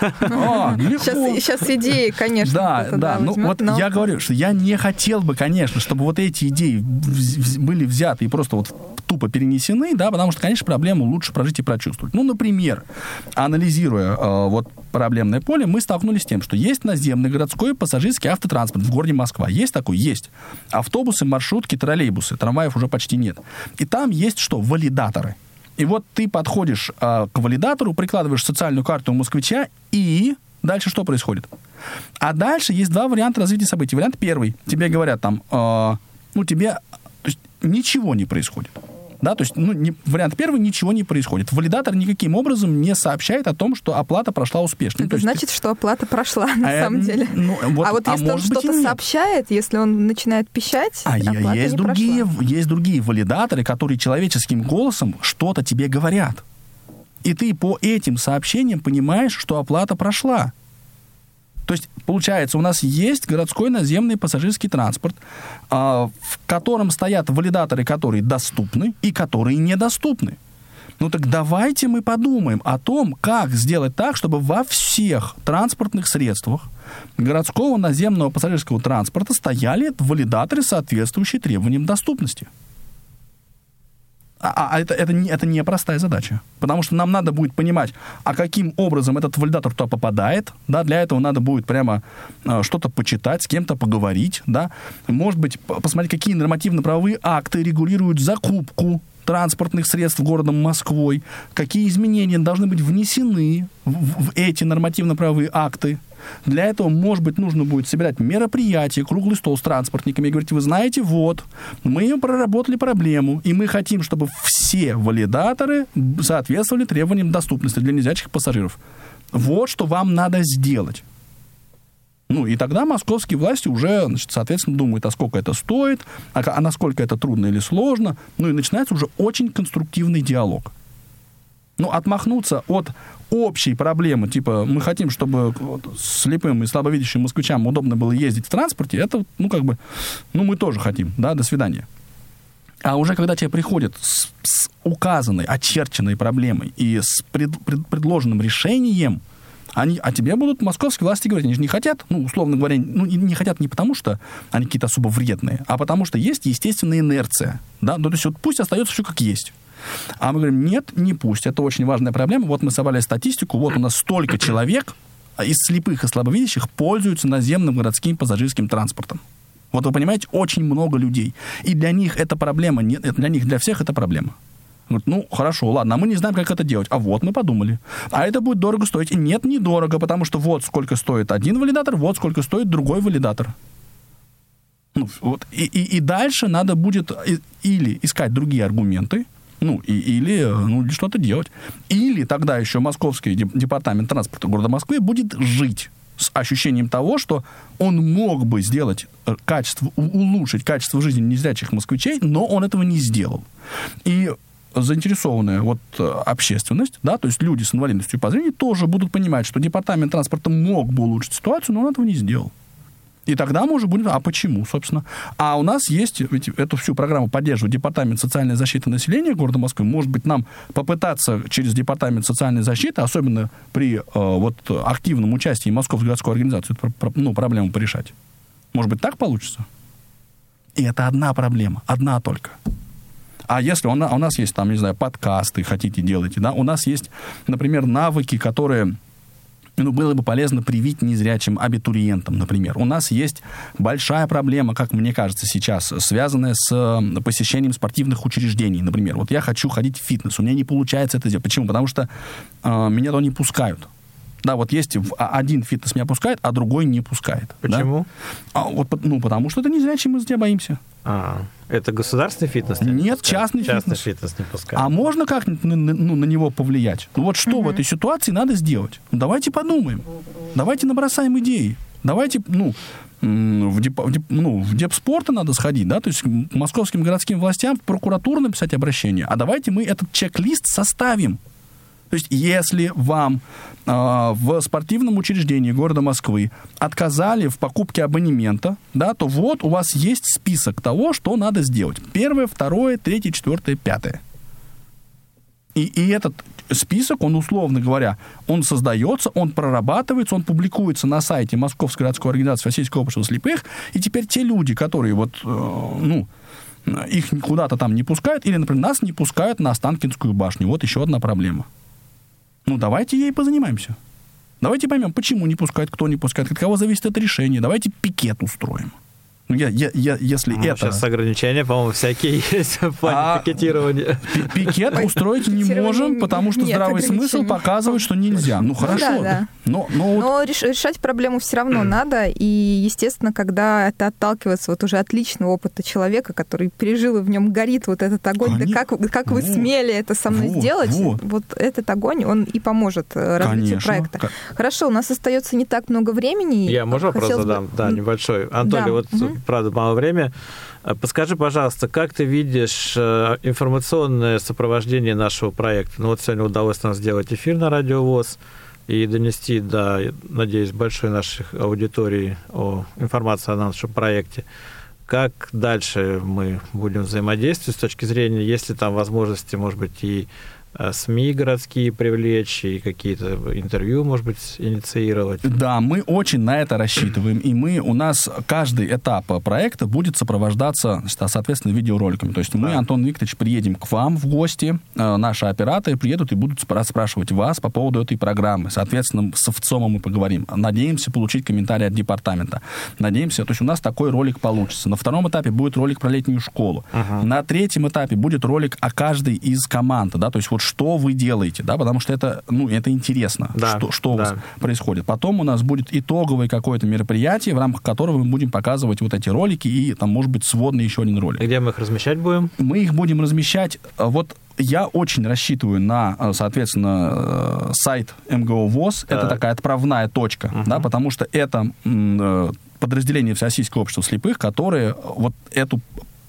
А, сейчас, сейчас идеи, конечно. Да, да. Ну, возьмет, вот но... я говорю, что я не хотел бы, конечно, чтобы вот эти идеи были взяты и просто вот тупо перенесены, да, потому что, конечно, проблему лучше прожить и прочувствовать. Ну, например, анализируя э, вот проблемное поле, мы столкнулись с тем, что есть наземный городской пассажирский автотранспорт в городе Москва. Есть такой? Есть. Автобусы, маршрутки, троллейбусы. Трамваев уже почти нет. И там есть что? Валидаторы. И вот ты подходишь э, к валидатору, прикладываешь социальную карту москвича, и дальше что происходит? А дальше есть два варианта развития событий. Вариант первый. Тебе говорят там, э, ну, тебе то есть, ничего не происходит. Да, то есть, ну, не, вариант первый, ничего не происходит. Валидатор никаким образом не сообщает о том, что оплата прошла успешно. Это ну, значит, есть, что оплата прошла, на а, самом деле. Ну, вот, а вот а если он что-то сообщает, если он начинает пищать, а оплата есть не другие, прошла. Есть другие валидаторы, которые человеческим голосом что-то тебе говорят. И ты по этим сообщениям понимаешь, что оплата прошла. То есть, получается, у нас есть городской наземный пассажирский транспорт, в котором стоят валидаторы, которые доступны и которые недоступны. Ну так давайте мы подумаем о том, как сделать так, чтобы во всех транспортных средствах городского наземного пассажирского транспорта стояли валидаторы, соответствующие требованиям доступности. А, а это, это, не, это не простая задача. Потому что нам надо будет понимать, а каким образом этот валидатор туда попадает. Да, для этого надо будет прямо э, что-то почитать, с кем-то поговорить. Да. Может быть, посмотреть, какие нормативно-правовые акты регулируют закупку транспортных средств городом Москвой, какие изменения должны быть внесены в, в эти нормативно-правовые акты. Для этого, может быть, нужно будет собирать мероприятия, круглый стол с транспортниками и говорить: вы знаете, вот, мы проработали проблему, и мы хотим, чтобы все валидаторы соответствовали требованиям доступности для незрячих пассажиров. Вот что вам надо сделать. Ну, и тогда московские власти уже, значит, соответственно, думают, а сколько это стоит, а, а насколько это трудно или сложно. Ну, и начинается уже очень конструктивный диалог. Ну, отмахнуться от общей проблемы, типа, мы хотим, чтобы вот, слепым и слабовидящим москвичам удобно было ездить в транспорте, это, ну, как бы, ну, мы тоже хотим, да, до свидания. А уже когда тебе приходят с, с указанной, очерченной проблемой и с пред, пред, предложенным решением, они, а тебе будут московские власти говорить, они же не хотят, ну, условно говоря, ну, не хотят не потому, что они какие-то особо вредные, а потому что есть естественная инерция, да, ну, то есть вот пусть остается все как есть. А мы говорим, нет, не пусть, это очень важная проблема, вот мы собрали статистику, вот у нас столько человек из слепых и слабовидящих пользуются наземным городским пассажирским транспортом. Вот вы понимаете, очень много людей, и для них это проблема, нет, для них, для всех это проблема. Говорит, ну, хорошо, ладно, а мы не знаем, как это делать. А вот мы подумали. А это будет дорого стоить. И нет, недорого, потому что вот сколько стоит один валидатор, вот сколько стоит другой валидатор. Ну, вот. и, и, и дальше надо будет или искать другие аргументы, ну, и, или, ну, или что-то делать. Или тогда еще Московский департамент транспорта города Москвы будет жить с ощущением того, что он мог бы сделать качество, улучшить качество жизни незрячих москвичей, но он этого не сделал. И заинтересованная вот общественность, да, то есть люди с инвалидностью по зрению тоже будут понимать, что департамент транспорта мог бы улучшить ситуацию, но он этого не сделал. И тогда мы уже будем... А почему, собственно? А у нас есть... Ведь эту всю программу поддерживает Департамент социальной защиты населения города Москвы. Может быть, нам попытаться через Департамент социальной защиты, особенно при э, вот, активном участии Московской городской организации, эту ну, проблему порешать. Может быть, так получится? И это одна проблема. Одна только. А если у нас, у нас есть, там, не знаю, подкасты, хотите, делайте, да? У нас есть, например, навыки, которые... Ну, было бы полезно привить незрячим абитуриентам, например. У нас есть большая проблема, как мне кажется сейчас, связанная с посещением спортивных учреждений, например. Вот я хочу ходить в фитнес, у меня не получается это делать. Почему? Потому что э, меня туда не пускают. Да, вот есть один фитнес меня пускает, а другой не пускает. Почему? Да? А, вот, ну, потому что это незрячий, мы за тебя боимся. А, это государственный фитнес? Не Нет, пускает? частный, частный фитнес. фитнес не пускает. А можно как-нибудь ну, на него повлиять? Ну вот что угу. в этой ситуации надо сделать? Ну, давайте подумаем. Давайте набросаем идеи. Давайте, ну, в, деп, в, деп, ну, в депспорты надо сходить, да, то есть к московским городским властям, в прокуратуру написать обращение. А давайте мы этот чек-лист составим. То есть, если вам э, в спортивном учреждении города Москвы отказали в покупке абонемента, да, то вот у вас есть список того, что надо сделать. Первое, второе, третье, четвертое, пятое. И, и этот список, он, условно говоря, он создается, он прорабатывается, он публикуется на сайте Московской городской организации Российского общества слепых, и теперь те люди, которые вот, э, ну, их куда-то там не пускают, или, например, нас не пускают на Останкинскую башню. Вот еще одна проблема. Ну, давайте ей позанимаемся. Давайте поймем, почему не пускают, кто не пускает, от кого зависит это решение. Давайте пикет устроим. Ну, я, я, я, если ну, это... Сейчас ограничения, по-моему, всякие есть в плане а пикетирования. Пикет устроить не можем, потому что здравый смысл показывает, что нельзя. Ну, хорошо. Ну, да, да. Но, но, вот... но решать проблему все равно надо. И, естественно, когда это отталкивается вот уже от личного опыта человека, который пережил, и в нем горит вот этот огонь, Они... да как, как вы вот. смели это со мной вот, сделать, вот. вот этот огонь, он и поможет развитию Конечно. проекта. Хорошо, у нас остается не так много времени. Я, можно вопрос задам? Бы... Да, небольшой. Анатолий, да. вот, угу. правда, мало времени. Подскажи, пожалуйста, как ты видишь информационное сопровождение нашего проекта? Ну, вот сегодня удалось нам сделать эфир на Радио ВОС и донести до, надеюсь, большой нашей аудитории о информации о нашем проекте. Как дальше мы будем взаимодействовать с точки зрения, есть ли там возможности, может быть, и СМИ городские привлечь, и какие-то интервью, может быть, инициировать? Да, мы очень на это рассчитываем, и мы, у нас каждый этап проекта будет сопровождаться, соответственно, видеороликами. То есть мы, Антон Викторович, приедем к вам в гости, наши операторы приедут и будут спрашивать вас по поводу этой программы. Соответственно, с ВЦИОМом мы поговорим. Надеемся получить комментарий от департамента. Надеемся, то есть у нас такой ролик получится. На втором этапе будет ролик про летнюю школу. Uh-huh. На третьем этапе будет ролик о каждой из команд, да, то есть вот что вы делаете, да, потому что это, ну, это интересно, да, что, что да. у вас происходит. Потом у нас будет итоговое какое-то мероприятие, в рамках которого мы будем показывать вот эти ролики, и там, может быть, сводный еще один ролик. Где мы их размещать будем? Мы их будем размещать, вот я очень рассчитываю на, соответственно, сайт эм гэ о ВОС, да. это такая отправная точка, uh-huh. да, потому что это подразделение Всероссийского общества слепых, которые вот эту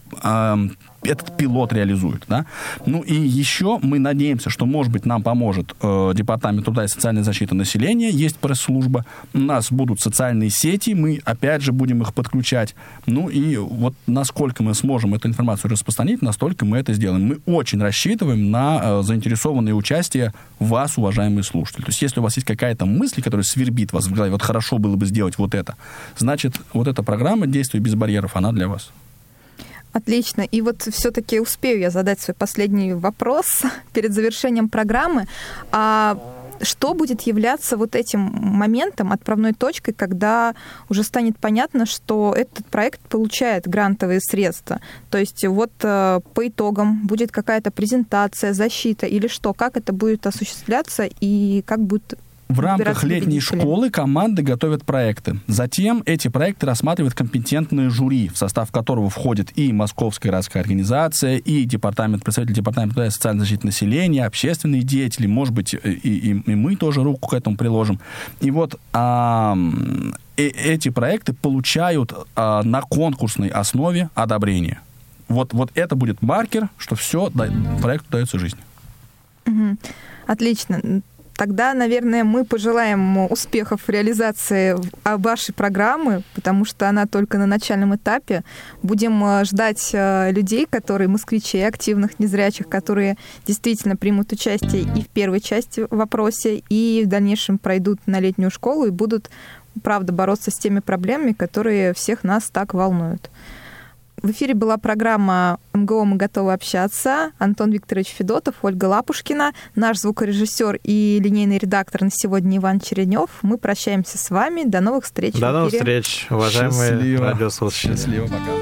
этот пилот реализует, да. Ну и еще мы надеемся, что, может быть, нам поможет э, Департамент труда и социальной защиты населения, есть пресс-служба, у нас будут социальные сети, мы опять же будем их подключать. Ну и вот насколько мы сможем эту информацию распространить, настолько мы это сделаем. Мы очень рассчитываем на э, заинтересованное участие вас, уважаемые слушатели. То есть если у вас есть какая-то мысль, которая свербит вас в голове, вот хорошо было бы сделать вот это, значит, вот эта программа «Действуй без барьеров», она для вас. Отлично. И вот все-таки успею я задать свой последний вопрос перед завершением программы. А что будет являться вот этим моментом, отправной точкой, когда уже станет понятно, что этот проект получает грантовые средства? То есть вот по итогам будет какая-то презентация, защита или что? Как это будет осуществляться и как будет... В рамках летней школы команды готовят проекты. Затем эти проекты рассматривает компетентное жюри, в состав которого входит и Московская городская организация, и департамент, представитель департамента труда и социальной защиты населения, общественные деятели, может быть, и, и, и мы тоже руку к этому приложим. И вот а, и, эти проекты получают а, на конкурсной основе одобрение. Вот, вот это будет маркер, что все, да, проекту дается жизнь. Угу. Отлично. Тогда, наверное, мы пожелаем успехов в реализации вашей программы, потому что она только на начальном этапе. Будем ждать людей, которые, москвичей, активных, незрячих, которые действительно примут участие и в первой части в вопросе, и в дальнейшем пройдут на летнюю школу и будут, правда, бороться с теми проблемами, которые всех нас так волнуют. В эфире была программа эм гэ о «Мы готовы общаться». Антон Викторович Федотов, Ольга Лапушкина, наш звукорежиссер и линейный редактор на сегодня Иван Черенев. Мы прощаемся с вами. До новых встреч. До новых встреч, уважаемые радиослушатели. Счастливо, пока.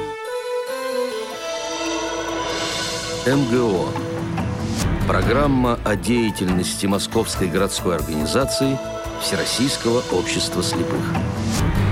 эм гэ о. Программа о деятельности Московской городской организации Всероссийского общества слепых.